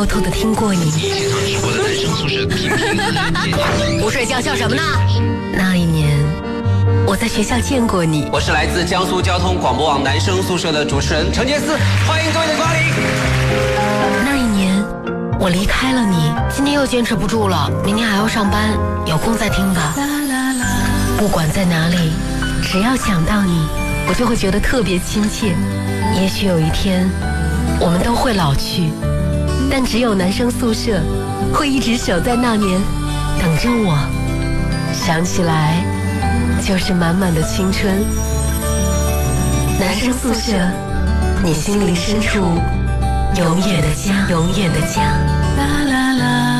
偷偷的听过你。 现场直播的男生宿舍频频的不睡觉笑什么呢？那一年，我在学校见过你。 我是来自江苏交通广播网男生宿舍的主持人陈杰斯，欢迎各位的光临。 那一年，我离开了你。今天又坚持不住了，明天还要上班，有空再听吧。不管在哪里，只要想到你，我就会觉得特别亲切。也许有一天，我们都会老去，但只有男生宿舍会一直守在那年，等着我。想起来，就是满满的青春。男生宿舍，你心灵深处永远的家，永远的家。啦啦啦。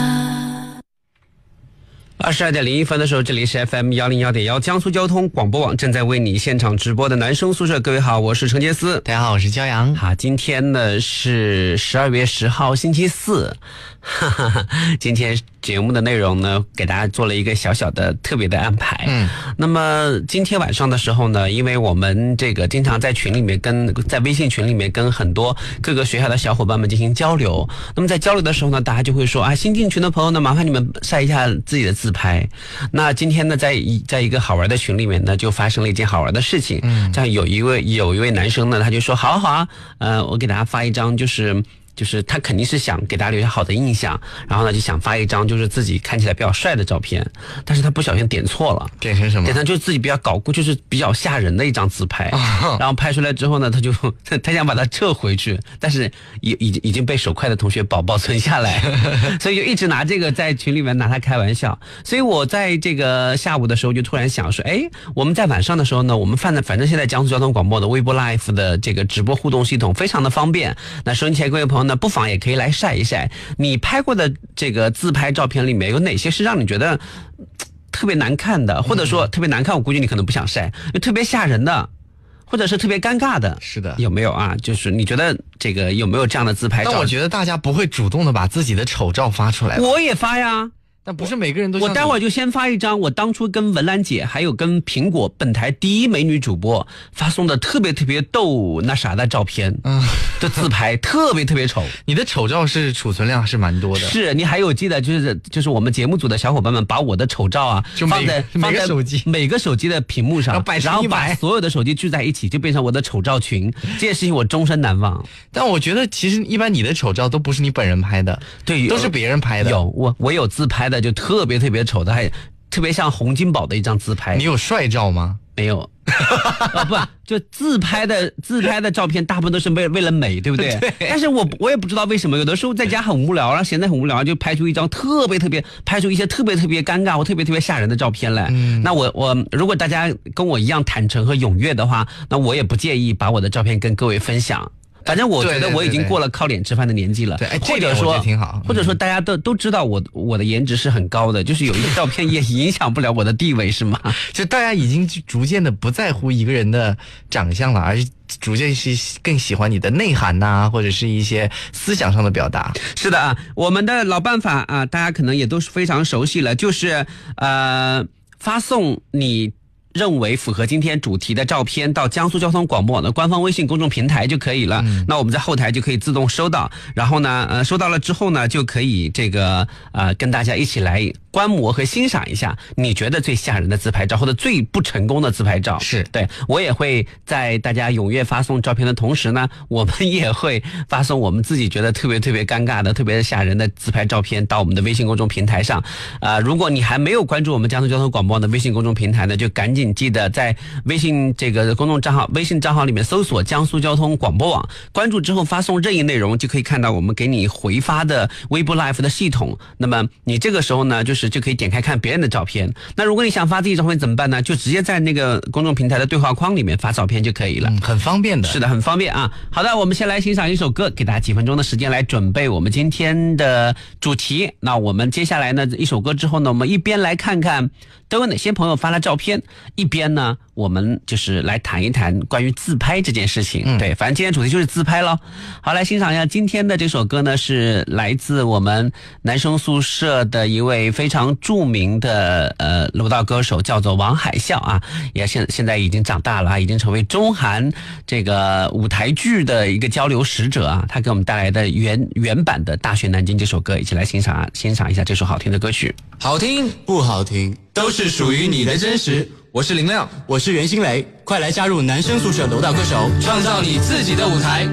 22:01的时候，这里是 FM101.1江苏交通广播网正在为你现场直播的男生宿舍。各位好，我是陈杰斯。 大家好，我是焦阳。 好，今天呢是12月10号星期四。今天节目的内容呢，给大家做了一个小小的特别的安排。那么今天晚上的时候呢，因为我们这个经常在群里面在微信群里面跟很多各个学校的小伙伴们进行交流。那么在交流的时候呢，大家就会说啊，新进群的朋友呢，麻烦你们晒一下自己的自拍。那今天呢，在一个好玩的群里面呢，就发生了一件好玩的事情。这样有一位男生呢，他就说好啊，我给大家发一张就是他肯定是想给大家留下好的印象，然后呢就想发一张就是自己看起来比较帅的照片，但是他不小心点错了， 点成什么？ 点成就是自己比较搞过，就是比较吓人的一张自拍，然后拍出来之后呢，他想把它撤回去，但是已经被手快的同学保存下来，所以就一直拿这个在群里面拿他开玩笑。所以我在这个下午的时候就突然想说，我们在晚上的时候呢，我们反正现在江苏交通广播的微博 Live 的这个直播互动系统非常的方便。那收音机前各位朋友呢，不妨也可以来晒一晒你拍过的这个自拍照片里面有哪些是让你觉得特别难看的，或者说特别难看我估计你可能不想晒，就特别吓人的，或者是特别尴尬的。 是的， 有没有啊？就是你觉得这个有没有这样的自拍照？ 但我觉得大家不会主动的把自己的丑照发出来。 我也发呀。 但不是每个人都像我待会儿就先发一张我当初跟文兰姐还有跟苹果本台第一美女主播发送的特别特别逗那啥的照片的自拍，特别特别丑。 你的丑照是储存量是蛮多的。 是，你还有记得就是我们节目组的小伙伴们把我的丑照啊放在每个手机的屏幕上，然后把所有的手机聚在一起就变成我的丑照群，这件事情我终身难忘。 但我觉得其实一般你的丑照都不是你本人拍的， 对， 都是别人拍的。 有我有自拍的就特别特别丑的，还特别像洪金宝的一张自拍。 你有帅照吗？ 没有。不，就自拍的照片大部分都是为了美，对不对？对。但是我也不知道为什么，有的时候在家很无聊，然后闲得很无聊，就拍出一张拍出一些特别特别尴尬或特别特别吓人的照片来。那我如果大家跟我一样坦诚和踊跃的话，那我也不介意把我的照片跟各位分享。反正我觉得我已经过了靠脸吃饭的年纪了， 对， 或者说挺好， 或者说大家都知道我的颜值是很高的，就是有一些照片也影响不了我的地位，是吗？ 就大家已经逐渐的不在乎一个人的长相了，而是逐渐是更喜欢你的内涵呐，或者是一些思想上的表达。 是的啊，我们的老办法啊，大家可能也都是非常熟悉了，就是发送你认为符合今天主题的照片到江苏交通广播网的官方微信公众平台就可以了。那我们在后台就可以自动收到，然后呢收到了之后呢，就可以这个跟大家一起来观摩和欣赏一下你觉得最吓人的自拍照或者最不成功的自拍照。 是， 对，我也会在大家踊跃发送照片的同时呢，我们也会发送我们自己觉得特别特别尴尬的特别吓人的自拍照片到我们的微信公众平台上。如果你还没有关注我们江苏交通广播的微信公众平台呢，就赶紧记得在微信这个公众账号微信账号里面搜索江苏交通广播网，关注之后发送任意内容，就可以看到我们给你回发的微博 Live 的系统。那么你这个时候呢，就可以点开看别人的照片。那如果你想发自己照片怎么办呢？就直接在那个公众平台的对话框里面发照片就可以了。 很方便的。 是的，很方便啊。好的，我们先来欣赏一首歌，给大家几分钟的时间来准备我们今天的主题。那我们接下来呢，一首歌之后呢，我们一边来看看都有哪些朋友发了照片， 一边呢，我们就是来谈一谈关于自拍这件事情。对，反正今天主题就是自拍咯。好，来欣赏一下今天的这首歌呢，是来自我们男生宿舍的一位非常著名的楼道歌手，叫做王海啸啊，也现在已经长大了啊，已经成为中韩这个舞台剧的一个交流使者啊。他给我们带来的原版的《大学南京》这首歌，一起来欣赏一下这首好听的歌曲。 好听不好听，都是属于你的真实。我是林亮， 我是袁新雷，快来加入男生宿舍楼道歌手， 创造你自己的舞台。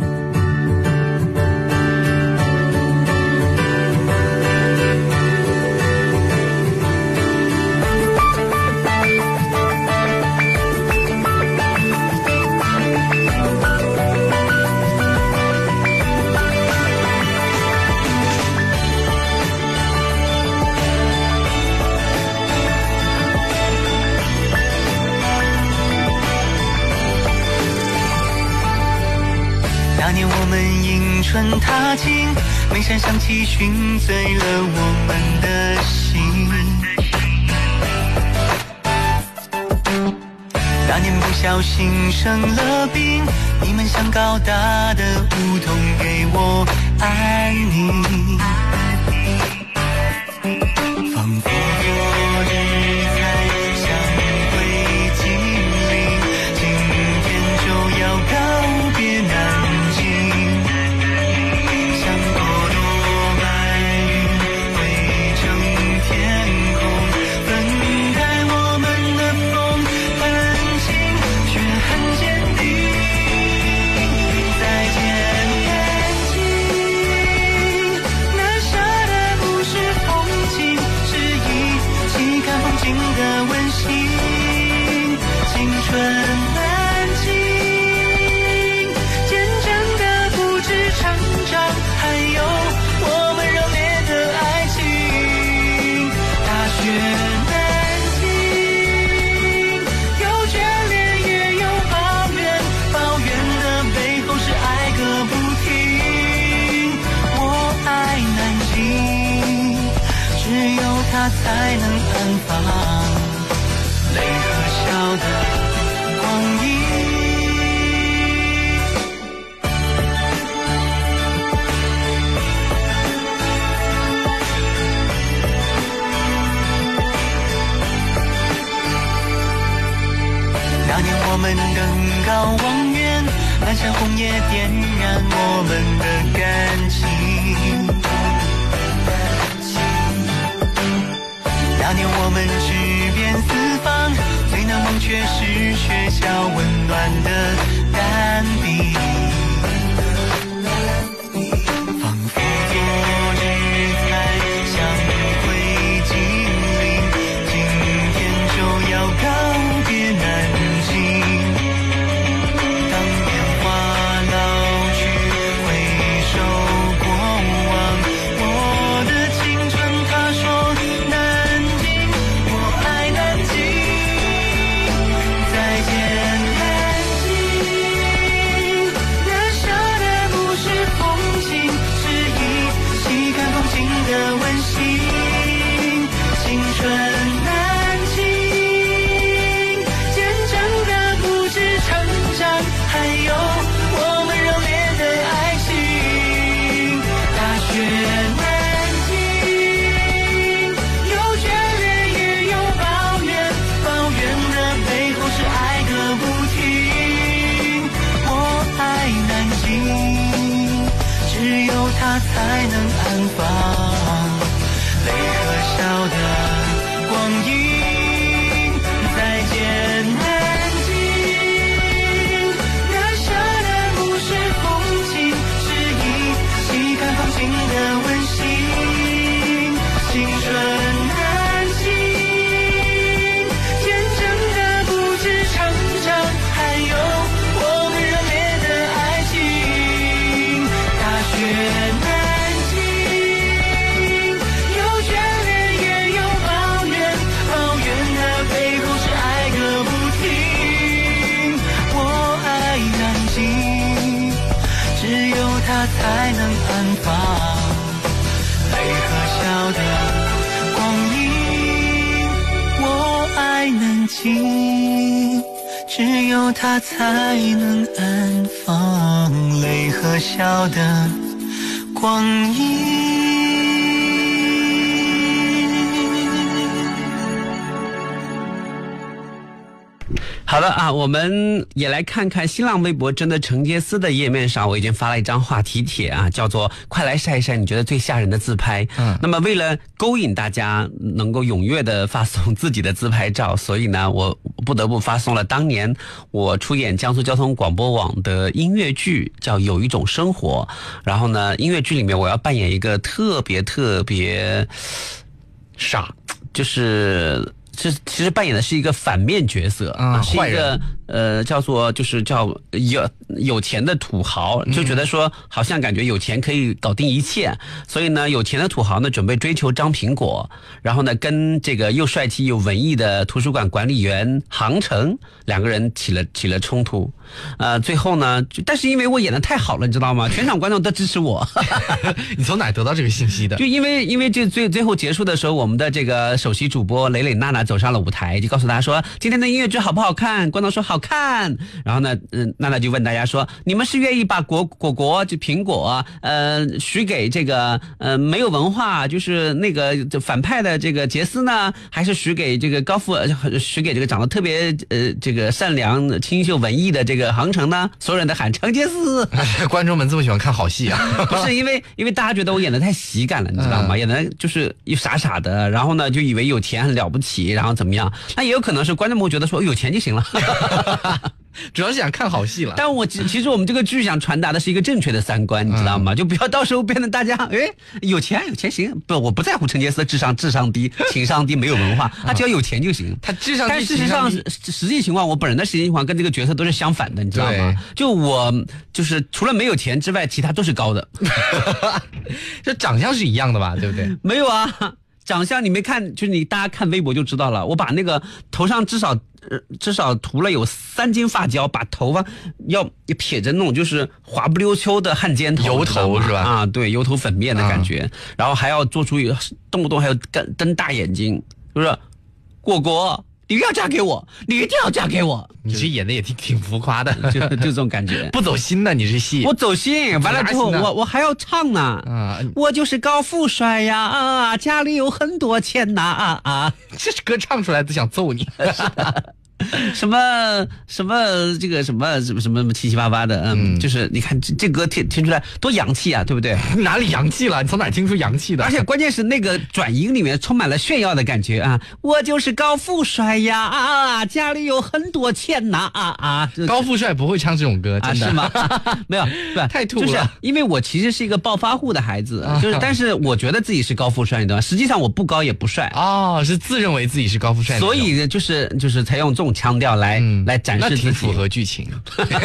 春踏青，梅山香气熏醉了我们的心。那年不小心生了病，你们像高大的梧桐给我安宁。仿佛昨日才相会精灵，今天就要告别南京。才能安放泪和笑的光阴。那年我们登高望远，南山红叶点燃我们的感情。那年我们驰遍四方，最难忘却是学校温暖的单笔。仿佛昨日才相会精灵，今天就要告别南京。当年华老去，回首过往，我的青春他说才能安放泪和笑的光阴。再见南京，那下的不是风景，是一起看风景的温馨。青春南京，见证的不止成长，还有我们热烈的爱情。大学才能安放泪和笑的光阴。我爱才能静，只有他才能安放泪和笑的光阴。 好的啊，我们也来看看新浪微博真的陈杰斯的页面上，我已经发了一张话题帖啊，叫做快来晒一晒你觉得最吓人的自拍。那么为了勾引大家能够踊跃的发送自己的自拍照，所以呢我不得不发送了当年我出演江苏交通广播网的音乐剧叫有一种生活，然后呢音乐剧里面我要扮演一个特别傻，就是其实扮演的是一个反面角色是一个叫做就是叫有钱的土豪，就觉得说好像感觉有钱可以搞定一切，所以呢有钱的土豪呢准备追求张苹果，然后呢跟这个又帅气又文艺的图书馆管理员杭城两个人起了冲突，最后呢但是因为我演得太好了，你知道吗？全场观众都支持我。 你从哪得到这个信息的？ 就因为这最后结束的时候，我们的这个首席主播蕾蕾娜娜走上了舞台，就告诉大家说今天的音乐剧好不好看？观众说好看，然后呢娜娜就问大家说你们是愿意把果就苹果许给这个没有文化就是那个反派的这个杰斯呢，还是许给这个许给这个长得特别这个善良清秀文艺的这个杭城呢？所有人都喊陈杰斯。 观众们这么喜欢看好戏啊？ 不是因为大家觉得我演得太喜感了，你知道吗？演得就是又傻傻的，然后呢就以为有钱很了不起，然后怎么样？那也有可能是观众们会觉得说有钱就行了。 主要是想看好戏了。 但其实我们这个剧想传达的是一个正确的三观，你知道吗？就不要到时候变得大家有钱行，不，我不在乎陈杰斯智商低情商低没有文化，他只要有钱就行。 他智商低， 但事实上实际情况，我本人的实际情况跟这个角色都是相反的，你知道吗？就我就是除了没有钱之外，其他都是高的。 这长相是一样的吧？对不对？ 没有啊。长相你没看，就是大家看微博就知道了。我把那个头上至少涂了有3斤发胶，把头发要撇着那种就是滑不溜秋的汉奸头， 油头是吧？ 啊，对，油头粉面的感觉。然后还要做出动不动还有瞪大眼睛，就是果。你一定要嫁给我，你一定要嫁给我。 你这演的也挺浮夸的， 就这种感觉。 不走心的，你这戏。 我走心，完了之后我还要唱呢。我就是高富帅呀，家里有很多钱呐这歌唱出来都想揍你。 什么这个什么七七八八的，就是你看这歌听出来多洋气啊，对不对？ 哪里洋气了？你从哪听出洋气的？ 而且关键是那个转音里面充满了炫耀的感觉啊！我就是高富帅呀，家里有很多钱呐高富帅不会唱这种歌，真的是吗？没有， 太土了。 就是因为我其实是一个暴发户的孩子，但是我觉得自己是高富帅，你知道吗？实际上我不高也不帅是自认为自己是高富帅， 所以就是才用这种腔调来展示自己， 那挺符合剧情。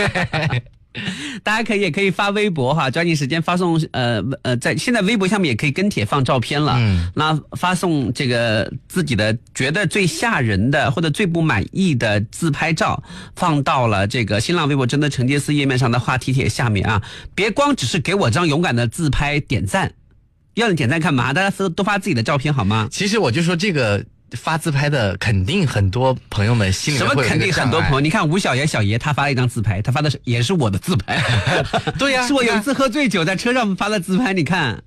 大家也可以发微博哈，抓紧时间发送在现在微博下面也可以跟帖放照片了。那发送这个自己的觉得最吓人的或者最不满意的自拍照，放到了这个新浪微博真的陈杰斯页面上的话题帖下面啊！别光只是给我张勇敢的自拍点赞，要你点赞干嘛？大家都发自己的照片好吗？ 其实我就说这个。发自拍的肯定很多朋友们心里面会有什么肯定很多朋友？你看吴小爷他发了一张自拍，他发的也是我的自拍。 对呀， 是我有一次喝醉酒在车上发的自拍，你看。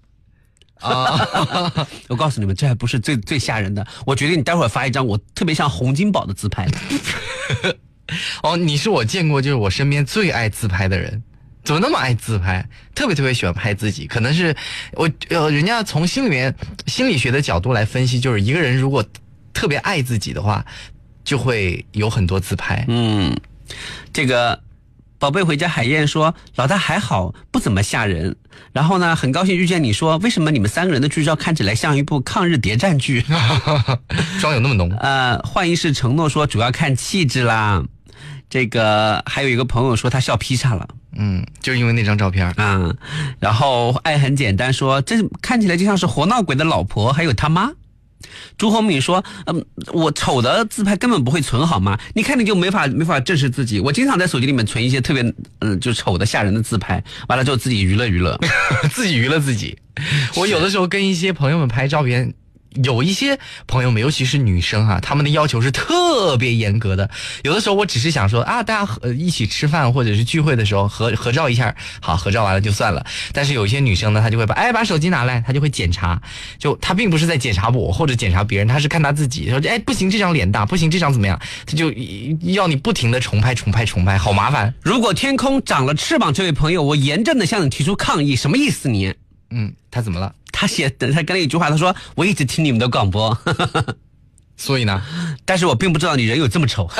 我告诉你们，这还不是最吓人的。我决定你待会儿发一张我特别像洪金宝的自拍。 你是我见过就是我身边最爱自拍的人。怎么那么爱自拍？特别喜欢拍自己，可能是人家从心理学的角度来分析，就是一个人如果特别爱自己的话，就会有很多自拍。 这个宝贝回家海燕说老大还好，不怎么吓人。然后呢，很高兴遇见你说为什么你们3个人的剧照看起来像一部抗日谍战剧？ 妆有那么浓？ 换一世承诺说主要看气质啦。这个还有一个朋友说他笑劈叉了。 就是因为那张照片啊。然后爱很简单说这看起来就像是活闹鬼的老婆还有他妈。朱红敏说我丑的自拍根本不会存好吗？你看你就没法正视自己。我经常在手机里面存一些特别就丑的吓人的自拍，完了之后自己娱乐自己娱乐自己。 我有的时候跟一些朋友们拍照片， 有一些朋友们，尤其是女生哈，她们的要求是特别严格的。有的时候我只是想说啊，大家一起吃饭或者是聚会的时候合照一下，好，合照完了就算了。但是有一些女生呢，她就会把手机拿来，她就会检查，就她并不是在检查我或者检查别人，她是看她自己，说不行这张脸大，不行这张怎么样，她就要你不停的重拍，好麻烦。 如果天空长了翅膀，这位朋友，我严正的向你提出抗议，什么意思你？ 他怎么了？ 他跟了一句话，他说我一直听你们的广播， 所以呢， 但是我并不知道你人有这么丑。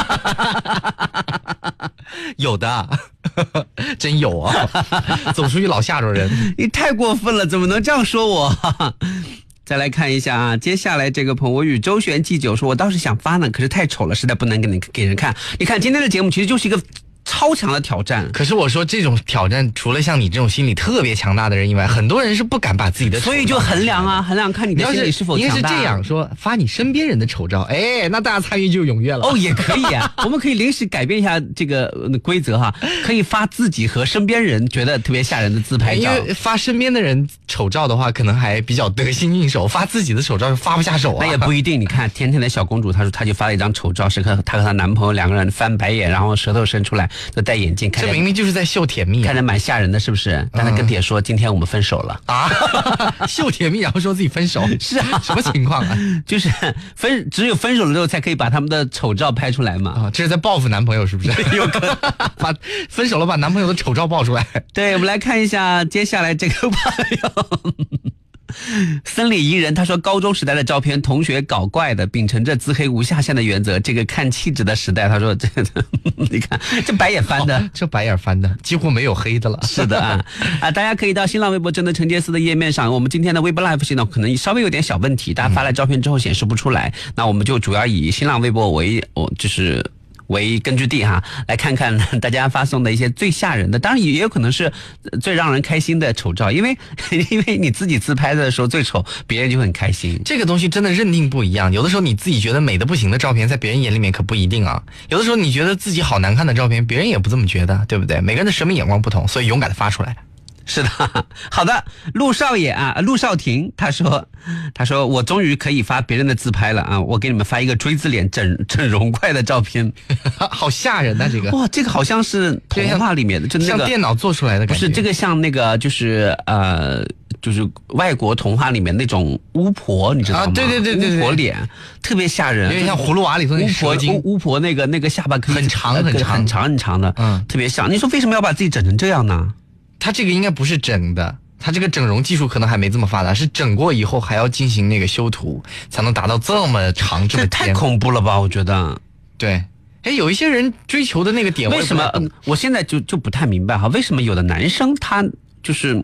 有的，真有啊，走出去老吓着人。 你太过分了，怎么能这样说我？再来看一下啊，接下来这个朋友与周旋祭酒说，我倒是想发呢，可是太丑了，实在不能给人看。你看今天的节目其实就是一个超强的挑战。 可是我说这种挑战，除了像你这种心理特别强大的人以外，很多人是不敢把自己的丑照， 所以就衡量啊，衡量看你的心理是否强大。 应该是这样说，发你身边人的丑照，那大家参与就踊跃了。 也可以啊，我们可以临时改变一下这个规则哈，可以发自己和身边人觉得特别吓人的自拍照。 因为发身边的人丑照的话，可能还比较得心应手，发自己的丑照发不下手啊。 那也不一定，你看甜甜的小公主，她说她就发了一张丑照，是她和她男朋友两个人翻白眼，然后舌头伸出来，都戴眼镜。 这明明就是在秀甜蜜， 看着蛮吓人的，是不是？但他跟姐说，今天我们分手了啊！ 秀甜蜜，然后说自己分手， 是啊， 什么情况啊？ 就是只有分手了之后才可以把他们的丑照拍出来嘛。 啊，这是在报复男朋友是不是？有可能把分手了把男朋友的丑照爆出来。 对，我们来看一下接下来这个朋友。森里宜人他说，高中时代的照片同学搞怪的，秉承着自黑无下限的原则，这个看气质的时代，他说这你看这白眼翻的， 这白眼翻的几乎没有黑的了。 是的啊，大家可以到新浪微博真的陈杰斯的页面上，我们今天的微博 Live 系统可能稍微有点小问题，大家发来照片之后显示不出来，那我们就主要以新浪微博为根据地哈，来看看大家发送的一些最吓人的，当然也有可能是最让人开心的丑照，因为你自己自拍的时候最丑，别人就很开心。 这个东西真的认定不一样，有的时候你自己觉得美的不行的照片，在别人眼里面可不一定啊。有的时候你觉得自己好难看的照片，别人也不这么觉得，对不对？每个人的审美眼光不同，所以勇敢的发出来。 是的，好的，陆少廷他说我终于可以发别人的自拍了啊！我给你们发一个锥子脸整容怪的照片， 好吓人啊！这个哇，这个好像是童话里面的，就那个像电脑做出来的感觉。 不是这个像那个就是外国童话里面那种巫婆，你知道吗？ 对， 巫婆脸特别吓人， 有点像葫芦娃里头那蛇精。 巫婆那个下巴可以很长的，特别像。你说为什么要把自己整成这样呢？ 他这个应该不是整的，他这个整容技术可能还没这么发达，是整过以后还要进行那个修图，才能达到这么长这么尖。 太恐怖了吧？我觉得。 对，有一些人追求的那个点， 为什么？我现在就不太明白哈，为什么有的男生他就是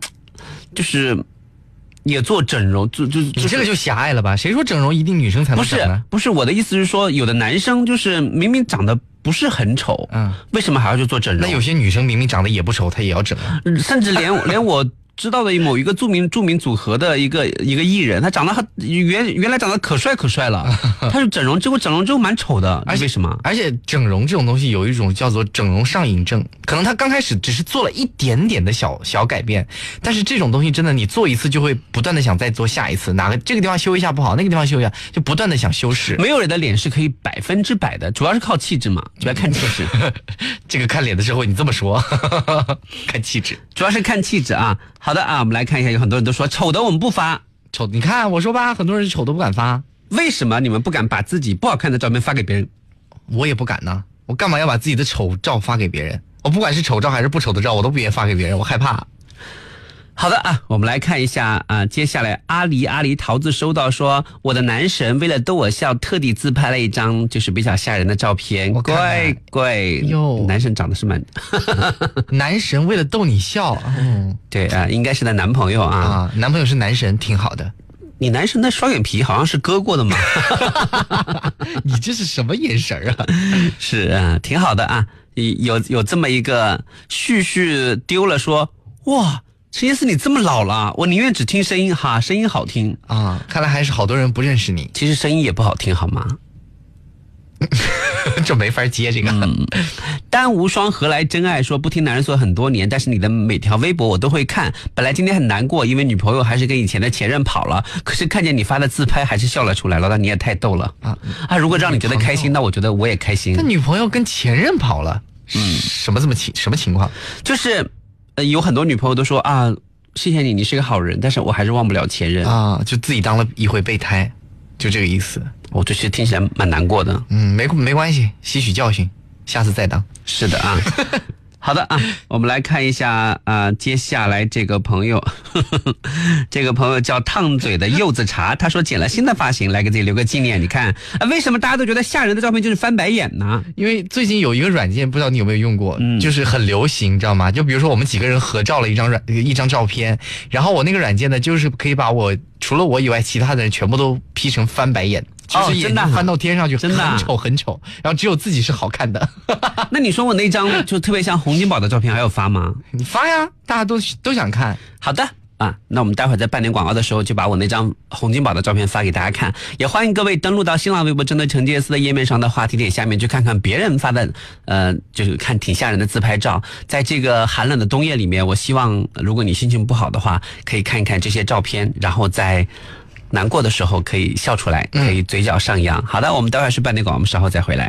也做整容，你这个就狭隘了吧？谁说整容一定女生才能整呢？ 不是，我的意思是说，有的男生就是明明长得不是很丑，为什么还要去做整容？ 那有些女生明明长得也不丑，她也要整啊。 甚至连我知道的某一个著名组合的一个艺人，他长得原来长得可帅了，他是整容，结果整容之后蛮丑的，为什么？ 而且整容这种东西有一种叫做整容上瘾症，可能他刚开始只是做了一点点的小改变，但是这种东西真的你做一次就会不断的想再做下一次，这个地方修一下不好，那个地方修一下，就不断的想修饰。 没有人的脸是可以100%的，主要是靠气质嘛，主要看气质。 这个看脸的时候你这么说，看气质， 主要是看气质啊。好的啊，我们来看一下，有很多人都说丑的我们不发， 丑，你看我说吧，很多人丑都不敢发， 为什么你们不敢把自己不好看的照片发给别人？ 我也不敢呢，我干嘛要把自己的丑照发给别人？我不管是丑照还是不丑的照，我都不愿意发给别人，我害怕。 好的啊，我们来看一下啊，接下来阿狸桃子收到说，我的男神为了逗我笑，特地自拍了一张就是比较吓人的照片。乖哟，男神长得是蛮男神为了逗你笑， 对啊，应该是他男朋友啊， 男朋友是男神，挺好的。 你男神的双眼皮好像是割过的吗？ 你这是什么眼神啊？ 是啊，挺好的啊，有这么一个旭丢了说，哇。陈杰斯，你这么老了，我宁愿只听声音哈，声音好听啊！看来还是好多人不认识你。 其实声音也不好听，好吗？ 这没法接这个。 单无双何来真爱说不听男人说很多年，但是你的每条微博我都会看。本来今天很难过，因为女朋友还是跟以前的前任跑了，可是看见你发的自拍还是笑了出来。老大你也太逗了啊！如果让你觉得开心，那我觉得我也开心。 那女朋友跟前任跑了，什么情况？ 就是有很多女朋友都说啊，谢谢你，你是个好人，但是我还是忘不了前任啊，就自己当了一回备胎，就这个意思。 我这是听起来蛮难过的。 没关系，吸取教训，下次再当。 是的啊。好的啊，我们来看一下接下来这个朋友，这个朋友叫烫嘴的柚子茶，他说剪了新的发型，来给自己留个纪念。你看为什么大家都觉得吓人的照片就是翻白眼呢？ 因为最近有一个软件，不知道你有没有用过，就是很流行，知道吗？就比如说我们几个人合照了一张照片，然后我那个软件呢，就是可以把我除了我以外其他的人全部都 P 成翻白眼。就是眼睛翻到天上去， 真的很丑，然后只有自己是好看的。 那你说我那张就特别像洪金宝的照片还要发吗？ 你发呀，大家都想看。 好的啊，那我们待会儿在半点广告的时候就把我那张洪金宝的照片发给大家看，也欢迎各位登录到新浪微博针对陈杰斯的页面上的话题点下面去看看别人发的就是看挺吓人的自拍照。在这个寒冷的冬夜里面，我希望如果你心情不好的话，可以看一看这些照片，然后在难过的时候可以笑出来，可以嘴角上扬。好的，我们待会儿是半点广告，我们稍后再回来。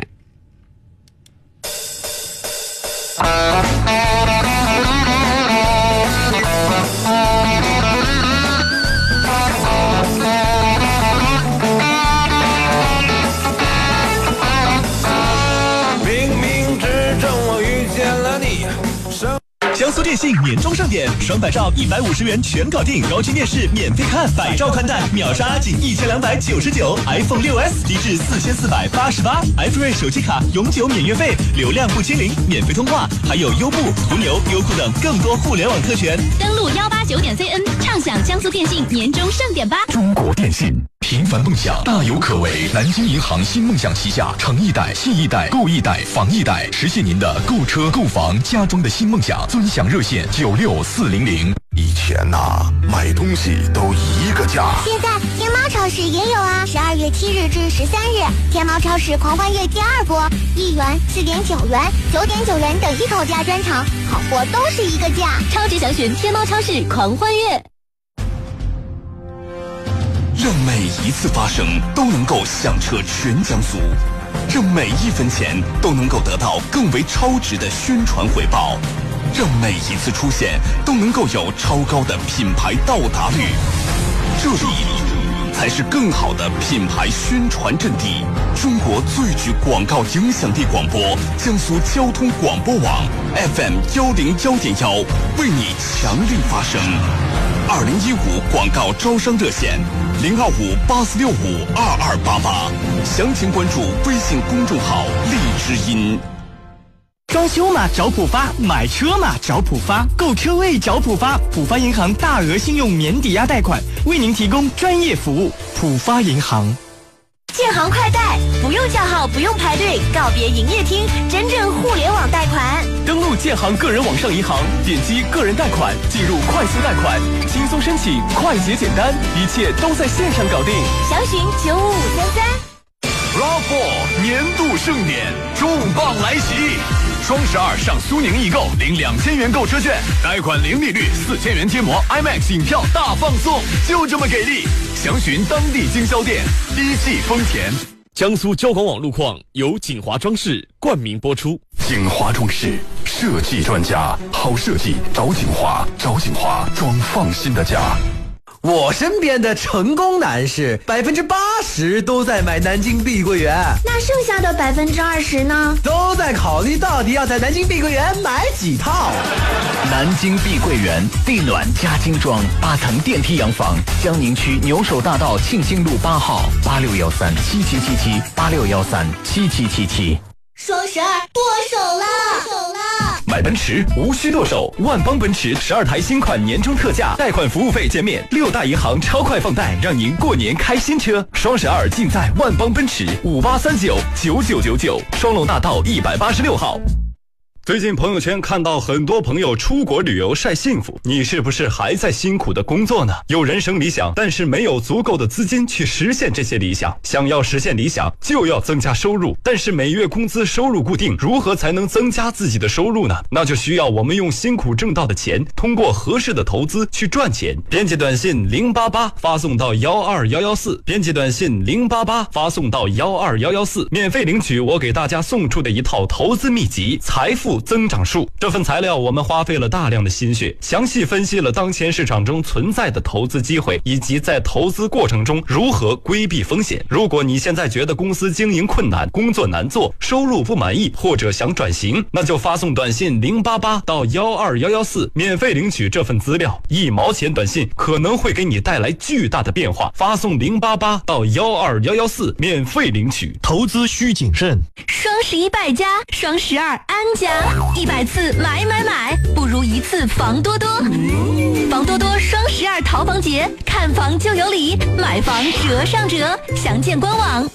冥冥之中我遇见了你。 江苏电信年终盛典，双百兆150元全搞定，高清电视免费看，百兆宽带秒杀仅1299 ，iPhone 6s 低至4488，iFree 手机卡永久免月费，流量不清零，免费通话，还有优步、途牛、优酷等更多互联网特权。 登录189.cn，畅享江苏电信年终盛典吧！ 中国电信。平凡梦想大有可为，南京银行新梦想旗下诚一贷、信一贷、购一贷、房一贷，实现您的购车、购房、家装的新梦想。尊享热线96400。 以前买东西都一个价， 现在天猫超市也有啊！12月7日至13日，天猫超市狂欢月第二波，1元、4.9元、9.9元等一口价专场，好货都是一个价。 超值详询天猫超市狂欢月。 让每一次发声都能够响彻全江苏，让每一分钱都能够得到更为超值的宣传回报，让每一次出现都能够有超高的品牌到达率，这里才是更好的品牌宣传阵地。中国最具广告影响力广播，江苏交通广播网 FM 101.1，为你强力发声。2015广告招商热线02584652288，详情关注微信公众号荔枝音。 装修嘛找浦发，买车嘛找浦发，购车位找浦发。浦发银行大额信用免抵押贷款，为您提供专业服务。浦发银行。 建行快贷，不用叫号，不用排队，告别营业厅，真正互联网贷款。 登录建行个人网上银行，点击个人贷款，进入快速贷款，轻松申请，快捷简单，一切都在线上搞定。 详询95533。 RAV4 年度盛典重磅来袭！双12上苏宁易购领2000元购车券，贷款零利率，4000元贴膜 IMAX 影票大放送，就这么给力！详询当地经销店。一汽丰田。江苏交广网路况由锦华装饰冠名播出。 锦华装饰设计专家，好设计找锦华，找锦华装放心的家。 我身边的成功男士80%都在买南京碧桂园， 那剩下的20%呢？ 都在考虑到底要在南京碧桂园买几套。 南京碧桂园地暖加精装8层电梯洋房，江宁区牛首大道庆兴路8号，86137777，86137777。 双12剁手了！ 买奔驰无需剁手，万邦奔驰12台新款年终特价，贷款服务费减免，6大银行超快放贷，让您过年开新车。双12尽在万邦奔驰，58399999，双龙大道186号。 最近朋友圈看到很多朋友出国旅游晒幸福，你是不是还在辛苦的工作呢？有人生理想，但是没有足够的资金去实现这些理想。想要实现理想，就要增加收入，但是每月工资收入固定，如何才能增加自己的收入呢？那就需要我们用辛苦挣到的钱，通过合适的投资去赚钱。编辑短信088发送到12114，编辑短信088发送到12114，免费领取我给大家送出的一套投资秘籍《财富增长术》。这份材料我们花费了大量的心血，详细分析了当前市场中存在的投资机会，以及在投资过程中如何规避风险。如果你现在觉得公司经营困难，工作难做，收入不满意，或者想转型，那就发送短信088到12114，免费领取这份资料。1毛钱短信可能会给你带来巨大的变化，发送088到12114，免费领取。 投资需谨慎。 双11败家，双12安家，100次买，不如一次房多多。房多多双12淘房节，看房就有礼，买房折上折，详见官网。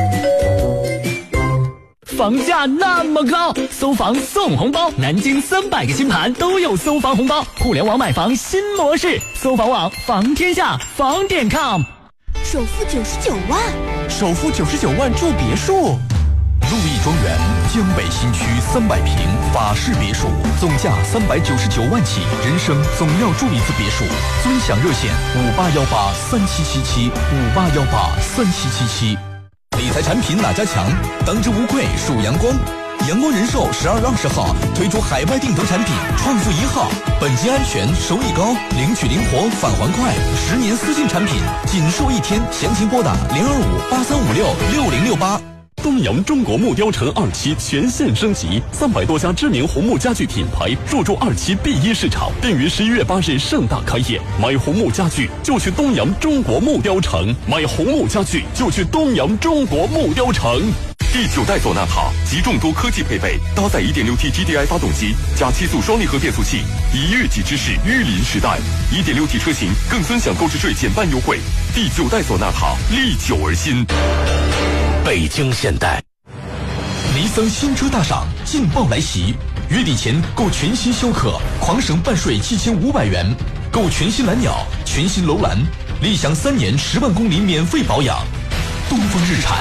房价那么高，搜房送红包，南京300个新盘都有搜房红包，互联网买房新模式，搜房网房天下房点 com。 首付99万， 首付99万住别墅。路易庄园江北新区300平法式别墅，总价399万起，人生总要住一次别墅。尊享热线58183777，58183777。理财产品哪家强？当之无愧属阳光。阳光人寿12月20号推出海外定投产品创富1号，本金安全，收益高，领取灵活，返还快，10年私信产品，仅售1天，详情拨打02583566068。 东阳中国木雕城2期全线升级，300多家知名红木家具品牌入驻2期B1市场，并于11月8日盛大开业。买红木家具就去东阳中国木雕城，买红木家具就去东阳中国木雕城。第9代索纳塔集众多科技配备，搭载 1.6T GDI 发动机加7速双离合变速器，以悦己之势御临时代。1.6T 车型更尊享购置税减半优惠。第9代索纳塔历久而新。北京现代尼桑新车大赏劲爆来袭，月底前购全新逍客狂省办税7500元，购全新蓝鸟、全新楼兰，立享3年10万公里免费保养。东风日产。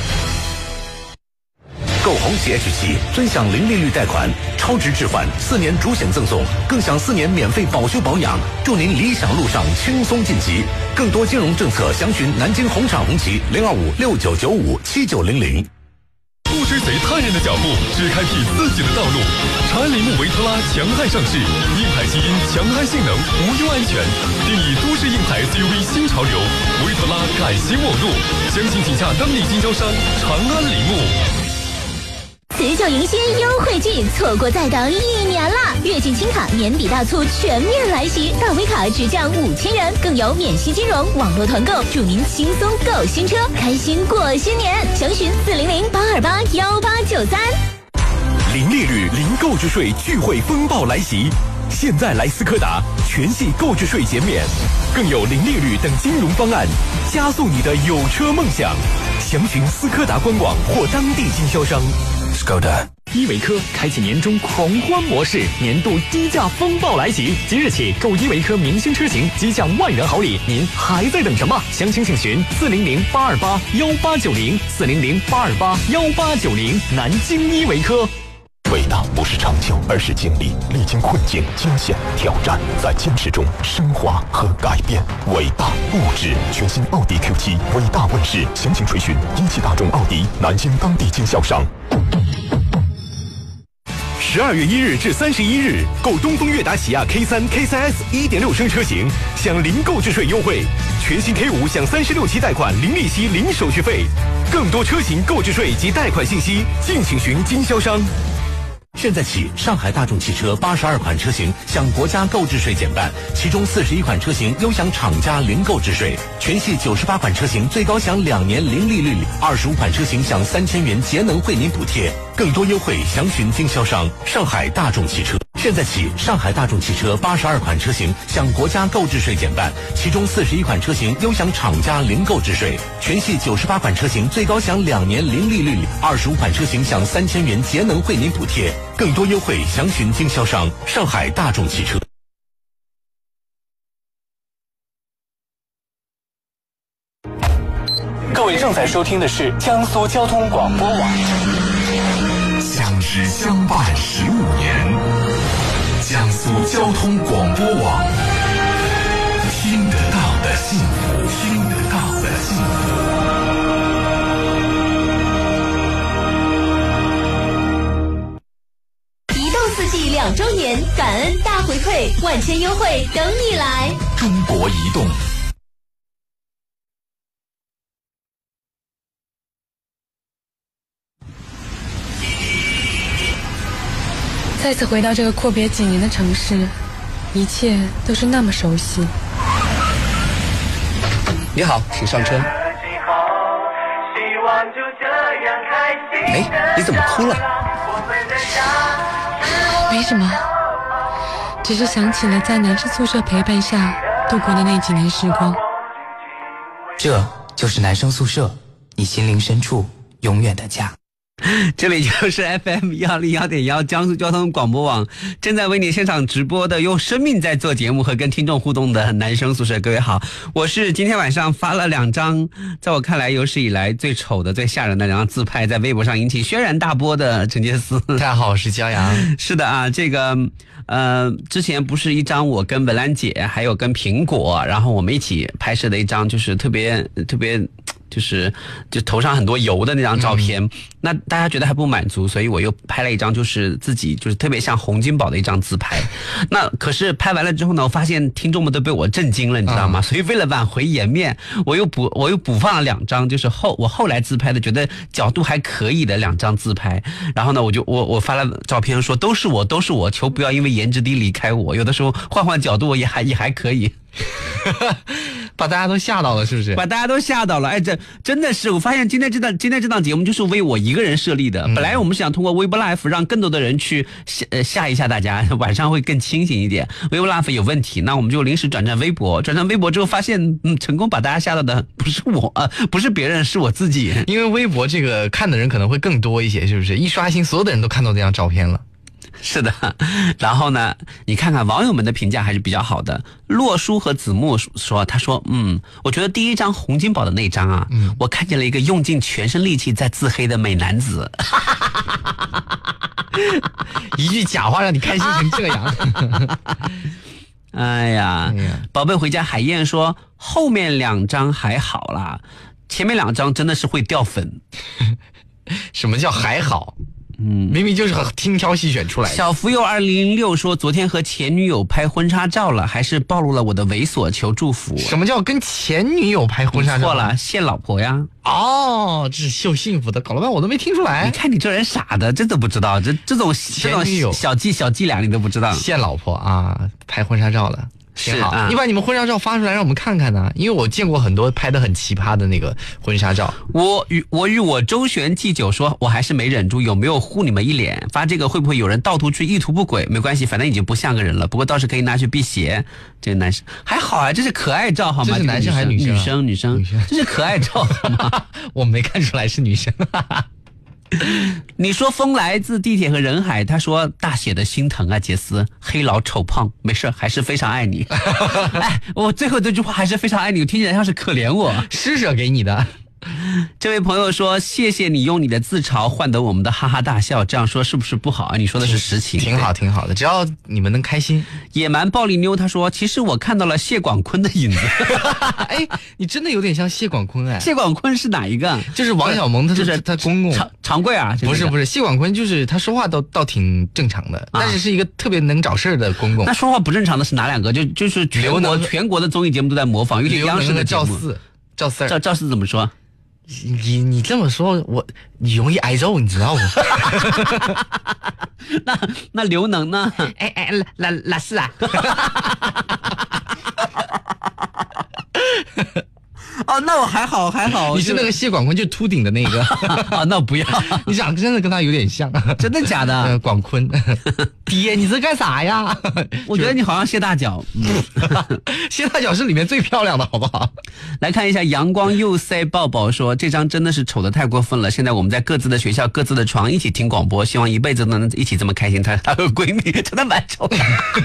购红旗 H7，尊享零利率贷款，超值置换，4年主险赠送，更享4年免费保修保养，祝您理想路上轻松晋级。更多金融政策详询南京红场红旗02569957900。 不追随他人的脚步，只开辟自己的道路。长安铃木维特拉强悍上市，硬派基因，强悍性能，无忧安全，定义都市硬派 SUV 新潮流。维特拉改型我路，详情请洽当地经销商长安铃木。 辞旧迎新优惠季，错过再等1年了。跃进轻卡年底大促全面来袭，大微卡直降5000元，更有免息金融、网络团购，祝您轻松购新车，开心过新年。详询400-828-1893。 零利率、零购置税聚会风暴来袭，现在来斯柯达，全系购置税减免，更有零利率等金融方案，加速你的有车梦想。详询斯柯达官网或当地经销商。Skoda 依维柯开启年终狂欢模式，年度低价风暴来袭！即日起购依维柯明星车型即享万元好礼，您还在等什么？详情请询400-828-1890，400-828-1890，南京依维柯。 伟大不是成就，而是经历，历经困境、惊险、挑战，在坚持中升华和改变。伟大不止！全新奥迪 Q7 伟大问世，详情垂询一汽大众奥迪南京当地经销商。12月1日至31日，购东风悦达起亚 K3、K3S 1.6升车型，享零购置税优惠；全新 K5 享36期贷款，零利息、零手续费。更多车型购置税及贷款信息，敬请询经销商。现在起，上海大众汽车82款车型享国家购置税减半，其中41款车型优享厂家零购置税，全系98款车型最高享2年零利率，25款车型享3000元节能惠民补贴。更多优惠详询经销商。上海大众汽车。 现在起，上海大众汽车82款车型享国家购置税减半，其中41款车型优享厂家零购置税，全系98款车型最高享2年零利率，25款车型享3000元节能惠民补贴，更多优惠详询经销商上海大众汽车。 各位正在收听的是江苏交通广播网。 相知相伴15年，江苏交通广播网，听得到的幸福，听得到的幸福。 移动4G2周年感恩大回馈，万千优惠等你来。 中国移动。 再次回到这个阔别几年的城市，一切都是那么熟悉。 你好，请上车。哎，你怎么哭了？ 没什么，只是想起了在男生宿舍陪伴下度过的那几年时光。 这就是男生宿舍，你心灵深处永远的家。 这里就是 FM101.1 江苏交通广播网，正在为你现场直播的用生命在做节目和跟听众互动的男生宿舍。各位好，我是今天晚上发了2张在我看来有史以来最丑的最吓人的2张自拍在微博上引起轩然大波的陈杰斯。 大家好，我是骄阳。 是的啊，这个之前不是一张我跟文兰姐还有跟苹果然后我们一起拍摄的一张，就是特别就头上很多油的那张照片，那大家觉得还不满足，所以我又拍了一张就是自己就是特别像洪金宝的一张自拍。那可是拍完了之后呢，我发现听众们都被我震惊了，你知道吗？所以为了挽回颜面，我又补放了2张，就是我后来自拍的觉得角度还可以的2张自拍。然后呢，我发了照片说都是我，求不要因为颜值低离开我，有的时候换角度也还可以。 把大家都吓到了，是不是？ 把大家都吓到了，哎，这真的是，我发现今天这档节目就是为我一个人设立的。本来我们是想通过微博 Live 让更多的人去吓一下大家，晚上会更清醒一点。微博 Live 有问题，那我们就临时转战微博之后发现，成功把大家吓到的不是我，不是别人，是我自己。 因为微博这个看的人可能会更多一些，是不是？一刷新，所有的人都看到这张照片了。 是的，然后呢，你看看网友们的评价还是比较好的。洛叔和子木说，他说，我觉得第一张洪金宝的那张啊，我看见了一个用尽全身力气在自黑的美男子。 一句假话让你开心成这样。 哎呀，宝贝回家海燕说，后面2张还好啦，前面2张真的是会掉粉。 什么叫还好？明明就是精挑细选出来的。 小福佑2006说，昨天和前女友拍婚纱照了，还是暴露了我的猥琐，求祝福。 什么叫跟前女友拍婚纱照？ 错了，现老婆呀。 哦，这是秀幸福的，搞了半我都没听出来。 你看你这人傻的，这都不知道，这种小伎俩你都不知道。 现老婆啊，拍婚纱照了。挺好啊！你把你们婚纱照发出来让我们看看呢，因为我见过很多拍的很奇葩的那个婚纱照。 我与我周旋祭酒说，我还是没忍住，有没有呼你们一脸？发这个会不会有人盗图去意图不轨？没关系，反正已经不像个人了。不过倒是可以拿去辟邪。这个男生还好啊，这是可爱照好吗？ 这是男生还是女生？ 女生，这是可爱照好吗？ 我没看出来是女生。 你说风来自地铁和人海，他说大写的心疼啊，杰斯，黑老丑胖，没事，还是非常爱你。哎，我最后这句话还是非常爱你，我听起来像是可怜我， 施舍给你的。 这位朋友说，谢谢你用你的自嘲换得我们的哈哈大笑，这样说是不是不好啊？你说的是实情。 挺好挺好的，只要你们能开心。 野蛮暴力妞他说，其实我看到了谢广坤的影子。 哎，你真的有点像谢广坤哎。 谢广坤是哪一个？ 就是王小蒙，就是他公公长贵啊。 不是，谢广坤就是他说话倒挺正常的，但是一个特别能找事的公公。 那说话不正常的是哪2个？就是全国的综艺节目都在模仿，尤其央视的节目。 赵四赵四怎么说？ 你这么说，你容易挨揍，你知道不？ 那刘能呢？ 哎，老师啊！ 哦， 那我还好。 你是那个谢广坤，就秃顶的那个啊？那不要， 你长得真的跟他有点像， 真的假的？ 广坤，爹，你这干啥呀？ 我觉得你好像谢大脚， 谢大脚是里面最漂亮的，好不好？ 来看一下阳光又塞抱抱说，这张真的是丑得太过分了。现在我们在各自的学校、各自的床一起听广播，希望一辈子都能一起这么开心。她和闺蜜真的蛮丑的。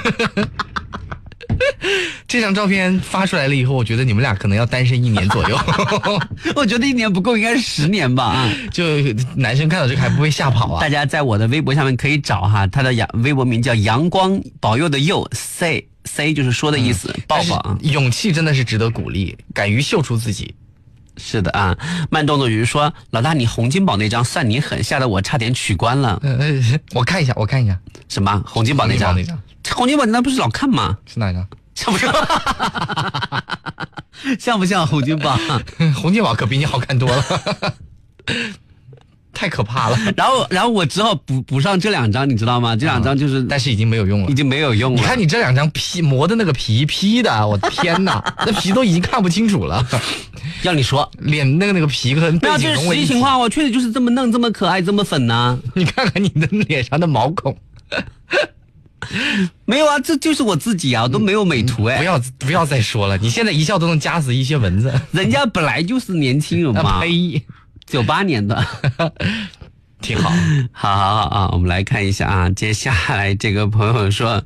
这张照片发出来了以后，我觉得你们俩可能要单身1年左右。 我觉得1年不够，应该是10年吧啊！ 就男生看到这个还不会吓跑啊！ 大家在我的微博下面可以找哈，他的微博名叫阳光保佑的佑 say 就是说的意思，抱抱啊！ 勇气真的是值得鼓励，敢于秀出自己。 是的啊，慢动作鱼说，老大你洪金宝那张算你狠，吓得我差点取关了。 我看一下， 什么洪金宝那张？洪金宝那张不是老看吗？ 是哪张？ 像不像？像不像洪金宝？ 洪金宝可比你好看多了。太可怕了。 然后我只好补上这2张，你知道吗？这2张就是， 但是已经没有用了， 已经没有用了。 你看你这2张磨的那个皮的，我的天哪，那皮都已经看不清楚了。 要你说， 脸那个皮跟背景融为一体。 实际情况，我确实就是这么嫩、这么可爱、这么粉呢。 你看看你的脸上的毛孔。 没有啊，这就是我自己啊，我都没有美图哎。 不要再说了，你现在一笑都能夹死一些蚊子。 人家本来就是年轻人嘛。 呸 ！98年的， 挺好。 好啊，我们来看一下啊，接下来这个朋友说，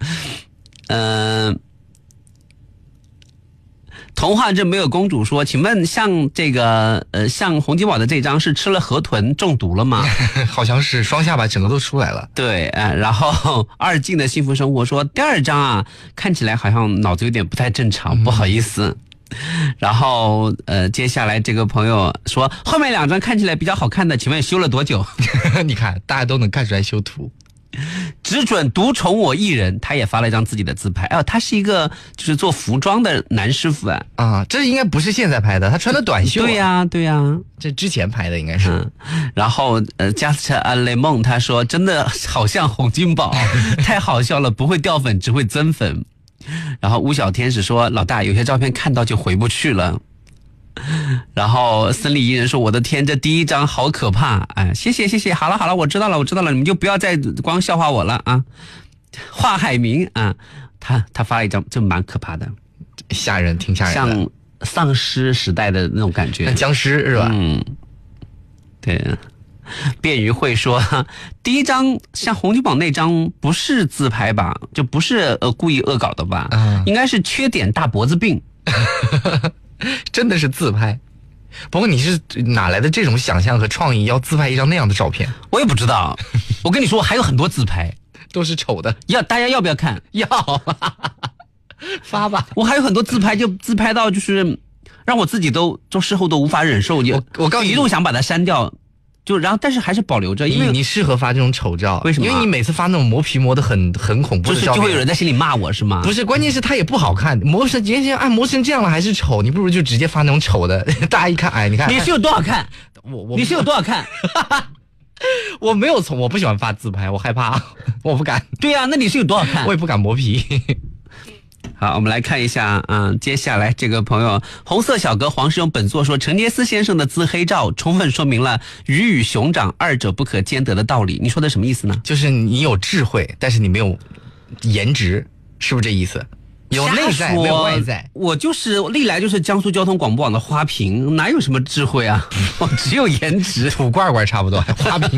童话镇没有公主说，请问像这个像洪金宝的这张是吃了河豚中毒了吗？ 好像是，双下巴整个都出来了。 对，然后二静的幸福生活说，第2张啊看起来好像脑子有点不太正常，不好意思。然后接下来这个朋友说，后面2张看起来比较好看的，请问修了多久？ 你看大家都能看出来修图。 只准独宠我一人，他也发了一张自己的自拍。他是一个就是做服装的男师傅啊，这应该不是现在拍的，他穿的短袖。 对呀， 这之前拍的应该是。 然后加斯阿雷梦他说，真的好像洪金宝，太好笑了，不会掉粉，只会增粉。然后吴小天使说，老大有些照片看到就回不去了。然后森里伊人说，我的天，这第1张好可怕。哎，谢谢，好了，我知道了，你们就不要再光笑话我了啊。华海明啊，他发了一张，这蛮可怕的， 吓人，挺吓人的， 像丧尸时代的那种感觉， 僵尸是吧？ 对。便于会说，第1张像洪金宝那张不是自拍吧，就不是故意恶搞的吧，应该是缺点大脖子病。 真的是自拍。不过你是哪来的这种想象和创意，要自拍一张那样的照片？ 我也不知道。我跟你说，我还有很多自拍都是丑的。 大家要不要看？ 要。发吧。 我还有很多自拍，就自拍到就是让我自己都事后都无法忍受。 我告诉你， 一度想把它删掉。然后但是还是保留着，因为你适合发这种丑照。 为什么？ 因为你每次发那种磨皮磨得很恐怖的照片， 就会有人在心里骂我是吗？ 不是，关键是它也不好看，磨成这样了还是丑，你不如就直接发那种丑的，大家一看，哎，你看你是有多少看？你是有多少看？ 我没有我不喜欢发自拍，我害怕，我不敢。 对呀，那你是有多少看？ 我也不敢磨皮。 好，我们来看一下接下来这个朋友红色小哥黄世勇本作说，陈杰斯先生的自黑照充分说明了鱼与熊掌2者不可兼得的道理。你说的什么意思呢？ 就是你有智慧，但是你没有颜值，是不是这意思？有内在没有外在。 我就是历来就是江苏交通广播网的花瓶，哪有什么智慧啊？我只有颜值， 土罐罐差不多，花瓶。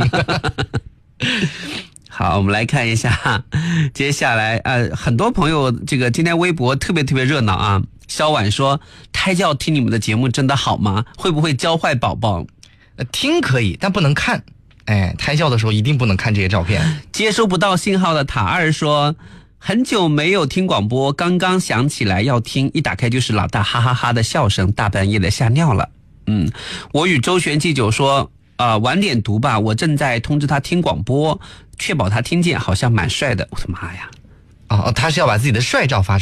好，我们来看一下，接下来很多朋友这个今天微博特别热闹啊。肖婉说，胎教听你们的节目真的好吗？会不会教坏宝宝？ 听可以，但不能看。哎，胎教的时候一定不能看这些照片。 接收不到信号的塔2说，很久没有听广播，刚刚想起来要听，一打开就是老大哈哈哈的笑声，大半夜的吓尿了。我与周旋祭酒说，晚点读吧，我正在通知他听广播，确保他听见，好像蛮帅的。我的妈呀！ 他是要把自己的帅照发出来。